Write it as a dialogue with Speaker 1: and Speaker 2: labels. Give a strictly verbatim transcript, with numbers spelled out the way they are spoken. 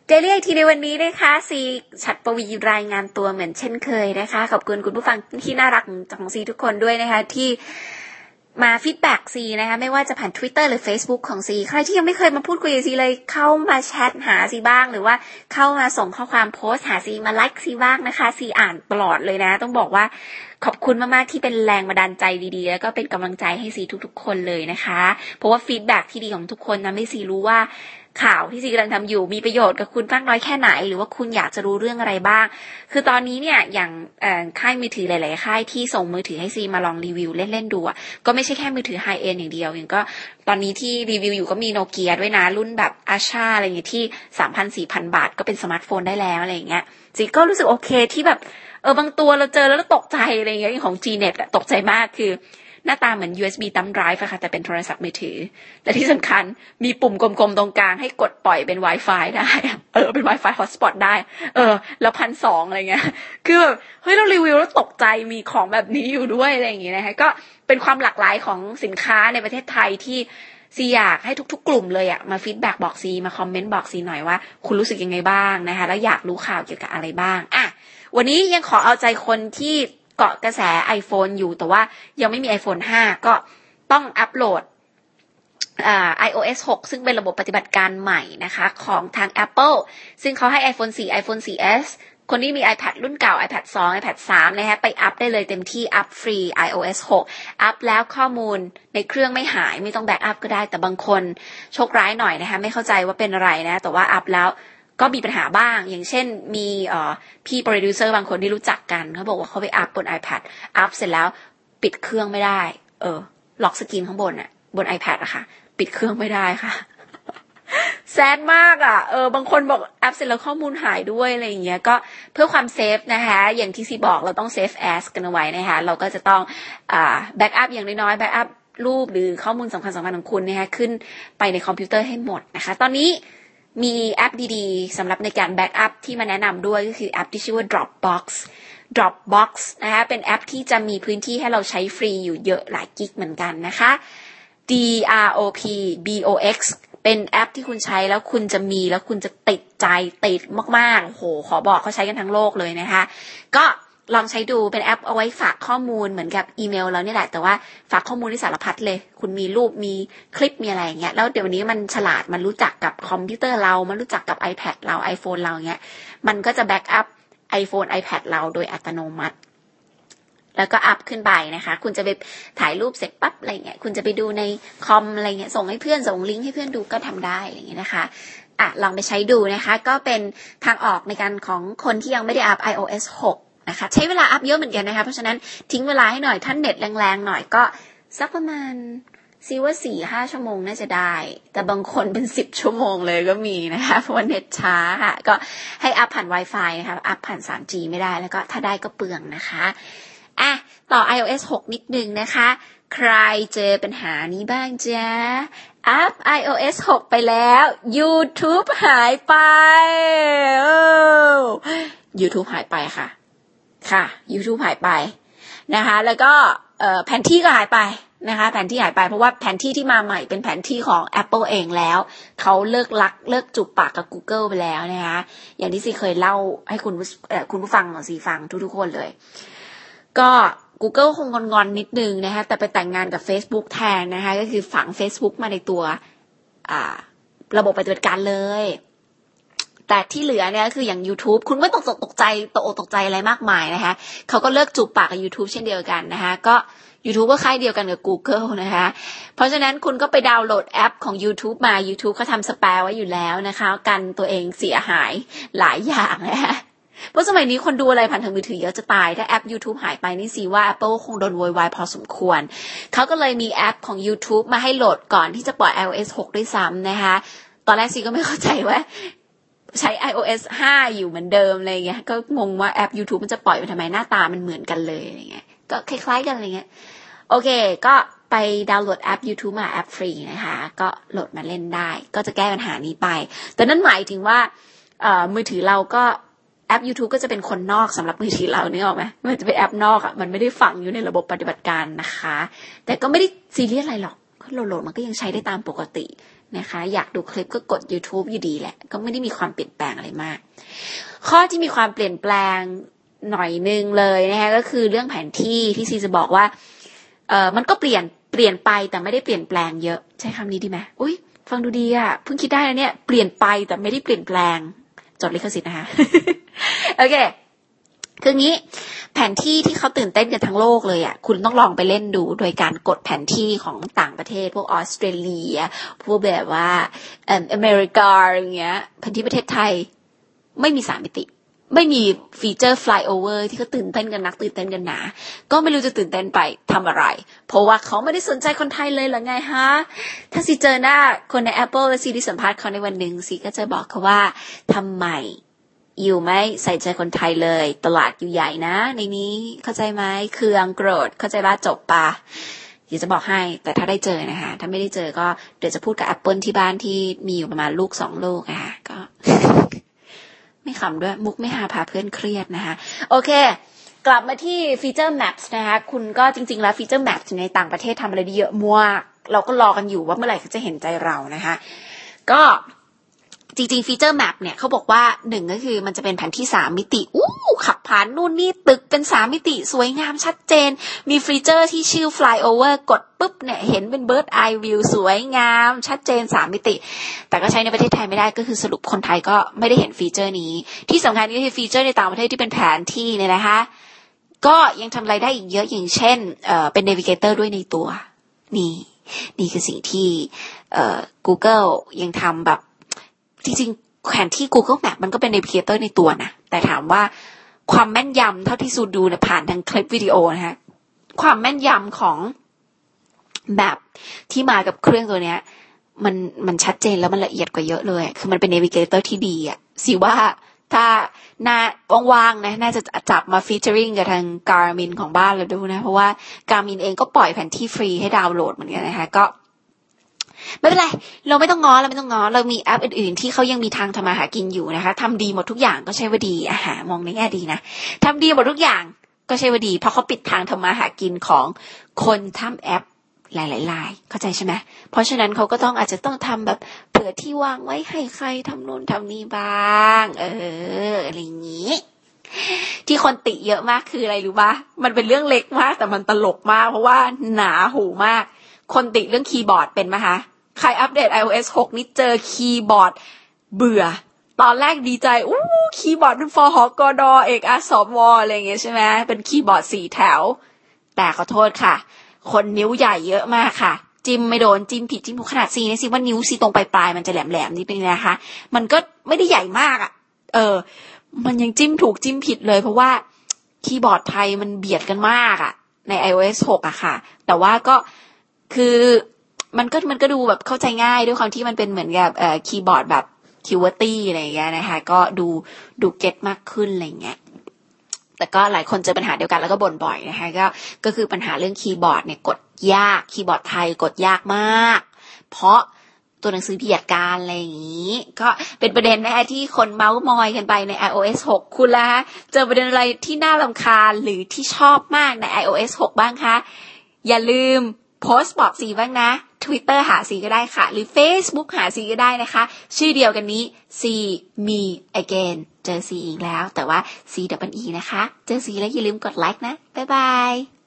Speaker 1: เดลี่ไอทีในวันนี้นะคะซีฉัตรปวีรายงานตัวเหมือนเช่นเคยนะคะขอบคุณคุณผู้ฟังที่น่ารักของซีทุกคนด้วยนะคะที่มาฟีดแบ็กซีนะคะไม่ว่าจะผ่าน Twitter หรือ Facebook ของซีใครที่ยังไม่เคยมาพูดคุยกับซีเลยเข้ามาแชทหาซีบ้างหรือว่าเข้ามาส่งข้อความโพสต์หาซีมาไลค์ซีบ้างนะคะซีอ่านตลอดเลยนะต้องบอกว่าขอบคุณมากๆที่เป็นแรงบันดาลใจดีๆแล้วก็เป็นกำลังใจให้ซีทุกๆคนเลยนะคะเพราะว่าฟีดแบ็กที่ดีของทุกคนทำให้ซีรู้ว่าข่าวที่ซีกำลังทำอยู่มีประโยชน์กับคุณมากน้อยแค่ไหนหรือว่าคุณอยากจะรู้เรื่องอะไรบ้างคือตอนนี้เนี่ยอย่างค่ายมือถือหลายๆค่ายที่ส่งมือถือให้ซีมาลองรีวิวเล่นๆดูอ่ะก็ไม่ใช่แค่มือถือไฮเอ็นด์อย่างเดียวอย่างก็ตอนนี้ที่รีวิวอยู่ก็มีโนเกียด้วยนะรุ่นแบบอาชาอะไรอย่างเงี้ยที่ สามพัน สี่พัน บาทก็เป็นสมาร์ทโฟนได้แล้วอะไรอย่างเงี้ยซีก็รู้สึกโอเคที่แบบเออบางตัวเราเจอแล้วเราตกใจอะไรอย่างเงี้ยของ จี เน็ต อ่ะตกใจมากคือหน้าตาเหมือน ยู เอส บี thumb drive อะค่ะแต่เป็นโทรศัพท์มือถือและที่สำคัญมีปุ่มกลมๆตรงกลางให้กดปล่อยเป็น Wi-Fi ได้เออเป็น Wi-Fi hotspot ได้เออแล้ว หนึ่งพันสองร้อย อะไรเงี้ยคือแบบเฮ้ยเรารีวิวแล้วตกใจมีของแบบนี้อยู่ด้วยอะไรอย่างเงี้ยนะคะก็เป็นความหลากหลายของสินค้าในประเทศไทยที่ซีอยากให้ทุกๆกลุ่มเลยอะมาฟีดแบ็กบอกซีมาคอมเมนต์บอกซีหน่อยว่าคุณรู้สึกยังไงบ้างนะคะแล้วอยากรู้ข่าวเกี่ยวกับอะไรบ้างอ่ะวันนี้ยังขอเอาใจคนที่เกาะกระแส iPhone อยู่แต่ว่ายังไม่มี iPhone ห้าก็ต้องอัปโหลดอ่า ไอ โอ เอส หกซึ่งเป็นระบบปฏิบัติการใหม่นะคะของทาง Apple ซึ่งเขาให้ iPhone โฟร์ iPhone โฟร์ เอส คนที่มี iPad รุ่นเก่า iPad ทู iPad ทรีนะคะไปอัปได้เลยเต็มที่อัปฟรี ไอ โอ เอส หกอัปแล้วข้อมูลในเครื่องไม่หายไม่ต้องแบ็กอัพก็ได้แต่บางคนโชคร้ายหน่อยนะคะไม่เข้าใจว่าเป็นอะไรนะแต่ว่าอัปแล้วก็มีปัญหาบ้างอย่างเช่นมีเอ่อพี่โปรดิวเซอร์บางคนที่รู้จักกันเขาบอกว่าเขาไปอัพบน iPad อัพเสร็จแล้วปิดเครื่องไม่ได้เออล็อกสกรีนข้างบนน่ะบน iPad อะค่ะปิดเครื่องไม่ได้ค่ะแซดมากอ่ะเออบางคนบอกอัพเสร็จแล้วข้อมูลหายด้วยอะไรอย่างเงี้ยก็เพื่อความเซฟนะคะอย่างที่ซีบอกเราต้องเซฟแอสกันเอาไว้นะคะเราก็จะต้องอ่าแบ็กอัพอย่างน้อยๆแบ็กอัพรูปหรือข้อมูลสำคัญสำคัญของคุณนะคะขึ้นไปในคอมพิวเตอร์ให้หมดนะคะตอนนี้มีแอปดีๆสำหรับในการแบ็กอัพที่มาแนะนำด้วยก็คือแอปที่ชื่อว่า Dropbox Dropbox นะคะเป็นแอปที่จะมีพื้นที่ให้เราใช้ฟรีอยู่เยอะหลายกิกเหมือนกันนะคะ D R O P B O X เป็นแอปที่คุณใช้แล้วคุณจะมีแล้วคุณจะติดใจติดมากๆโอ้โหขอบอกเขาใช้กันทั้งโลกเลยนะคะก็ลองใช้ดูเป็นแอปเอาไว้ฝากข้อมูลเหมือนกับอีเมลแล้วนี่แหละแต่ว่าฝากข้อมูลที่สารพัดเลยคุณมีรูปมีคลิปมีอะไรอย่างเงี้ยแล้วเดี๋ยวนี้มันฉลาดมันรู้จักกับคอมพิวเตอร์เรามันรู้จักกับ iPad เรา iPhone เราเงี้ยมันก็จะแบ็กอัพ iPhone iPad เราโดยอัตโนมัติแล้วก็อัพขึ้นไปนะคะคุณจะไปถ่ายรูปเสร็จปั๊บอะไรเงี้ยคุณจะไปดูในคอมอะไรเงี้ยส่งให้เพื่อนส่งลิงก์ให้เพื่อนดูก็ทำได้อะไรเงี้ยนะคะอ่ะลองไปใช้ดูนะคะก็เป็นทางออกในการของคนที่ยังไม่ได้อัพ ไอ โอ เอส หกนะคะใช้เวลาอัพเยอะเหมือนกันนะคะเพราะฉะนั้นทิ้งเวลาให้หน่อยท่านเน็ตแรงๆหน่อยก็สักประมาณซีว่า สี่ถึงห้า ชั่วโมงน่าจะได้แต่บางคนเป็นสิบชั่วโมงเลยก็มีนะคะเพราะว่าเน็ตช้าค่ะก็ให้อัพผ่าน Wi-Fi นะคะอัพผ่าน ทรีจี ไม่ได้แล้วก็ถ้าได้ก็เปลืองนะคะอ่ะต่อ ไอ โอ เอส หกนิดนึงนะคะใครเจอปัญหานี้บ้างจ๊ะอัพ ไอ โอ เอส หกไปแล้ว YouTube หายไปโอ้ YouTube หายไปค่ะค่ะ YouTube หายไปนะคะแล้วก็เอ่อแผนที่ก็หายไปนะคะแผนที่หายไปเพราะว่าแผนที่ที่มาใหม่เป็นแผนที่ของ Apple เองแล้วเขาเลิกลักเลิกจูบปากกับ Google ไปแล้วนะคะอย่างที่ซีเคยเล่าให้คุณเอ่อคุณผู้ฟังของซีฟังทุกๆคนเลยก็ Google คงงอนๆนิดนึงนะคะแต่ไปแต่งงานกับ Facebook แทนนะคะก็คือฝัง Facebook มาในตัวอ่าระบบปฏิบัติการเลยแต่ที่เหลือเนี่ยคืออย่าง YouTube คุณไม่ต้องตกใจตกตกใจอะไรมากมายนะคะเขาก็เลิกจูบปากกับ YouTube เช่นเดียวกันนะคะก็ YouTube ก็ค่ายเดียวกันกับ Google นะคะเพราะฉะนั้นคุณก็ไปดาวน์โหลดแอปของ YouTube มา YouTube เขาทำสแปร์ไว้อยู่แล้วนะคะกันตัวเองเสียหายหลายอย่างนะคะเพราะสมัยนี้คนดูอะไรผ่านทางมือถือเยอะจะตายถ้าแอป YouTube หายไปนี่สิว่า Apple คงโดนโวยวายพอสมควรเขาก็เลยมีแอปของ YouTube มาให้โหลดก่อนที่จะปล่อย ไอ โอ เอส หกด้วยซ้ำนะคะตอนแรกซีก็ไม่เข้าใจว่าใช้ ไอ โอ เอส ห้าอยู่เหมือนเดิมอะไรเงี้ยก็งงว่าแอป YouTube มันจะปล่อยมาทำไมหน้าตามันเหมือนกันเลยอะไรเงี้ยก็คล้ายๆกันอะไรเงี้ยโอเคก็ไปดาวน์โหลดแอป YouTube มาแอปฟรีนะคะก็โหลดมาเล่นได้ก็จะแก้ปัญหานี้ไปแต่นั่นหมายถึงว่าเอ่อมือถือเราก็แอป YouTube ก็จะเป็นคนนอกสำหรับมือถือเราเนี่ยหรอไหมมันจะเป็นแอปนอกอ่ะมันไม่ได้ฝังอยู่ในระบบปฏิบัติการนะคะแต่ก็ไม่ได้ซีเรียสอะไรหรอกโหลดๆมันก็ยังใช้ได้ตามปกตินะคะอยากดูคลิปก็กด YouTube อยู่ดีแหละก็ไม่ได้มีความเปลี่ยนแปลงอะไรมากข้อที่มีความเปลี่ยนแปลงหน่อยนึงเลยนะคะก็คือเรื่องแผนที่ที่ซีจะบอกว่าเออมันก็เปลี่ยนเปลี่ยนไปแต่ไม่ได้เปลี่ยนแปลงเยอะใช้คำนี้ดีไหมอุ้ยฟังดูดีอ่ะเพิ่งคิดได้แล้วเนี่ยเปลี่ยนไปแต่ไม่ได้เปลี่ยนแปลงจดลิขสิทธิ์นะคะ โอเคคืองี้แผนที่ที่เขาตื่นเต้นกันทั้งโลกเลยอ่ะคุณต้องลองไปเล่นดูโดยการกดแผนที่ของต่างประเทศพวกออสเตรเลียพวกแบบว่าเอ่ออเมริกาอย่างเงี้ยแผนที่ประเทศไทยไม่มีสามมิติไม่มีฟีเจอร์ flyover ที่เขาตื่นเต้นกันนักตื่นเต้นกันหนาก็ไม่รู้จะตื่นเต้นไปทำอะไรเพราะว่าเขาไม่ได้สนใจคนไทยเลยหรือไงฮะถ้าซีเจอหน้าคนใน Apple และซีได้สัมภาษณ์เขาในวันหนึ่งซีก็จะบอกเขาว่าทำไมอยู่ไม่ใส่ใจคนไทยเลยตลาดอยู่ใหญ่นะในนี้เข้าใจไหมเคืองโกรธเข้าใจว่าจบปะเดี๋ยวจะบอกให้แต่ถ้าได้เจอนะคะถ้าไม่ได้เจอก็เดี๋ยวจะพูดกับ Apple ที่บ้านที่มีอยู่ประมาณลูกสองลูกนะคะก็ ไม่ขำด้วยมุกไม่หาพาเพื่อนเครียดนะคะโอเคกลับมาที่ฟีเจอร์ Maps นะคะคุณก็จริงๆแล้วฟีเจอร์ Maps ในต่างประเทศทำอะไรได้เยอะมากเราก็รอกันอยู่ว่าเมื่อไหร่เขาจะเห็นใจเรานะคะก็จริงๆฟีเจอร์ Map เนี่ยเขาบอกว่าหนึ่งก็คือมันจะเป็นแผนที่สามมิติอู้ขับผ่านนู่นนี่ตึกเป็นสามมิติสวยงามชัดเจนมีฟีเจอร์ที่ชื่อ flyover กดปุ๊บเนี่ยเห็นเป็น bird eye view สวยงามชัดเจนสามมิติแต่ก็ใช้ในประเทศไทยไม่ได้ก็คือสรุปคนไทยก็ไม่ได้เห็นฟีเจอร์นี้ที่สำคัญก็คือฟีเจอร์ในต่างประเทศที่เป็นแผนที่เนี่ยนะคะก็ยังทำอะไรได้อีกเยอะอย่างเช่นเอ่อเป็น navigator ด้วยในตัวนี่นี่คือสิ่งที่เอ่อ Google ยังทำแบบจริงๆแผนที่ Google Map มันก็เป็น navigator ในตัวนะแต่ถามว่าความแม่นยำเท่าที่ซูดูเนี่ยผ่านทางคลิปวิดีโอนะคะความแม่นยำของแบบที่มากับเครื่องตัวเนี้ยมันมันชัดเจนแล้วมันละเอียดกว่าเยอะเลยคือมันเป็น navigator ที่ดีอ่ะสิว่าถ้าน่าว่างๆนะน่าจะจับมาฟีเจอริงกับทาง Garmin ของบ้านเราดูนะเพราะว่า Garmin เองก็ปล่อยแผนที่ฟรีให้ดาวน์โหลดเหมือนกันนะคะก็ไม่เป็นไรเราไม่ต้องง้อเราไม่ต้องง้อเรามีแอปอื่นๆที่เขายังมีทางทำมาหากินอยู่นะคะทำดีหมดทุกอย่างก็ใช่ว่าดีอาหามองในแง่ดีนะทำดีหมดทุกอย่างก็ใช่ว่าดีเพราะเขาปิดทางทำมาหากินของคนทำแอปหลายๆรายเข้าใจใช่ไหมเพราะฉะนั้นเขาก็ต้องอาจจะต้องทำแบบเผื่อที่วางไว้ให้ใครทำโน่นทำนี่บ้างเอออะไรอย่างนี้ที่คนติเยอะมากคืออะไรรู้ปะมันเป็นเรื่องเล็กมากแต่มันตลกมากเพราะว่าหนาหูมากคนติเรื่องคีย์บอร์ดเป็นไหมคะใครอัปเดต iOS หกนี่เจอคีย์บอร์ดเบื่อตอนแรกดีใจอู้คีย์บอร์ดเป็นฟอหกดเอกอักษรวอะไรอย่างเงี้ยใช่ไหมเป็นคีย์บอร์ดสี่แถวแต่ขอโทษค่ะคนนิ้วใหญ่เยอะมากค่ะจิ้มไม่โดนจิ้มผิดจิ้มถูกขนาดซีนี่สิว่านิ้วซีตรงปลายๆมันจะแหลมๆนี่เป็นไงนะคะมันก็ไม่ได้ใหญ่มากอ่ะเออมันยังจิ้มถูกจิ้มผิดเลยเพราะว่าคีย์บอร์ดไทยมันเบียดกันมากอ่ะใน iOS หกอะค่ะแต่ว่าก็คือมันก็มันก็ดูแบบเข้าใจง่ายด้วยความที่มันเป็นเหมือนกับเอ่อคีย์บอร์ดแบบคิวเวอร์ตี้อะไรอย่างเงี้ยนะคะก็ดูดูเก็ตมากขึ้นอะไรอย่างเงี้ยแต่ก็หลายคนเจอปัญหาเดียวกันแล้วก็บ่นบ่อยนะคะก็ก็คือปัญหาเรื่องคีย์บอร์ดเนี่ยกดยากคีย์บอร์ดไทยกดยากมากเพราะตัวหนังสือเบียดกันอะไรอย่างนี้ก็เป็นประเด็นนะคะที่คนเมาส์มอยกันไปใน iOS หกคุณล่ะเจอประเด็นอะไรที่น่ารำคาญหรือที่ชอบมากใน iOS หกบ้างคะอย่าลืมโพสต์บอกสีบ้างนะ Twitter หาสีก็ได้ค่ะหรือ Facebook หาสีก็ได้นะคะชื่อเดียวกันนี้ See Me Again เจอสีอีกแล้วแต่ว่า C W E นะคะเจอสีแล้วอย่าลืมกดไลค์นะบ๊ายบาย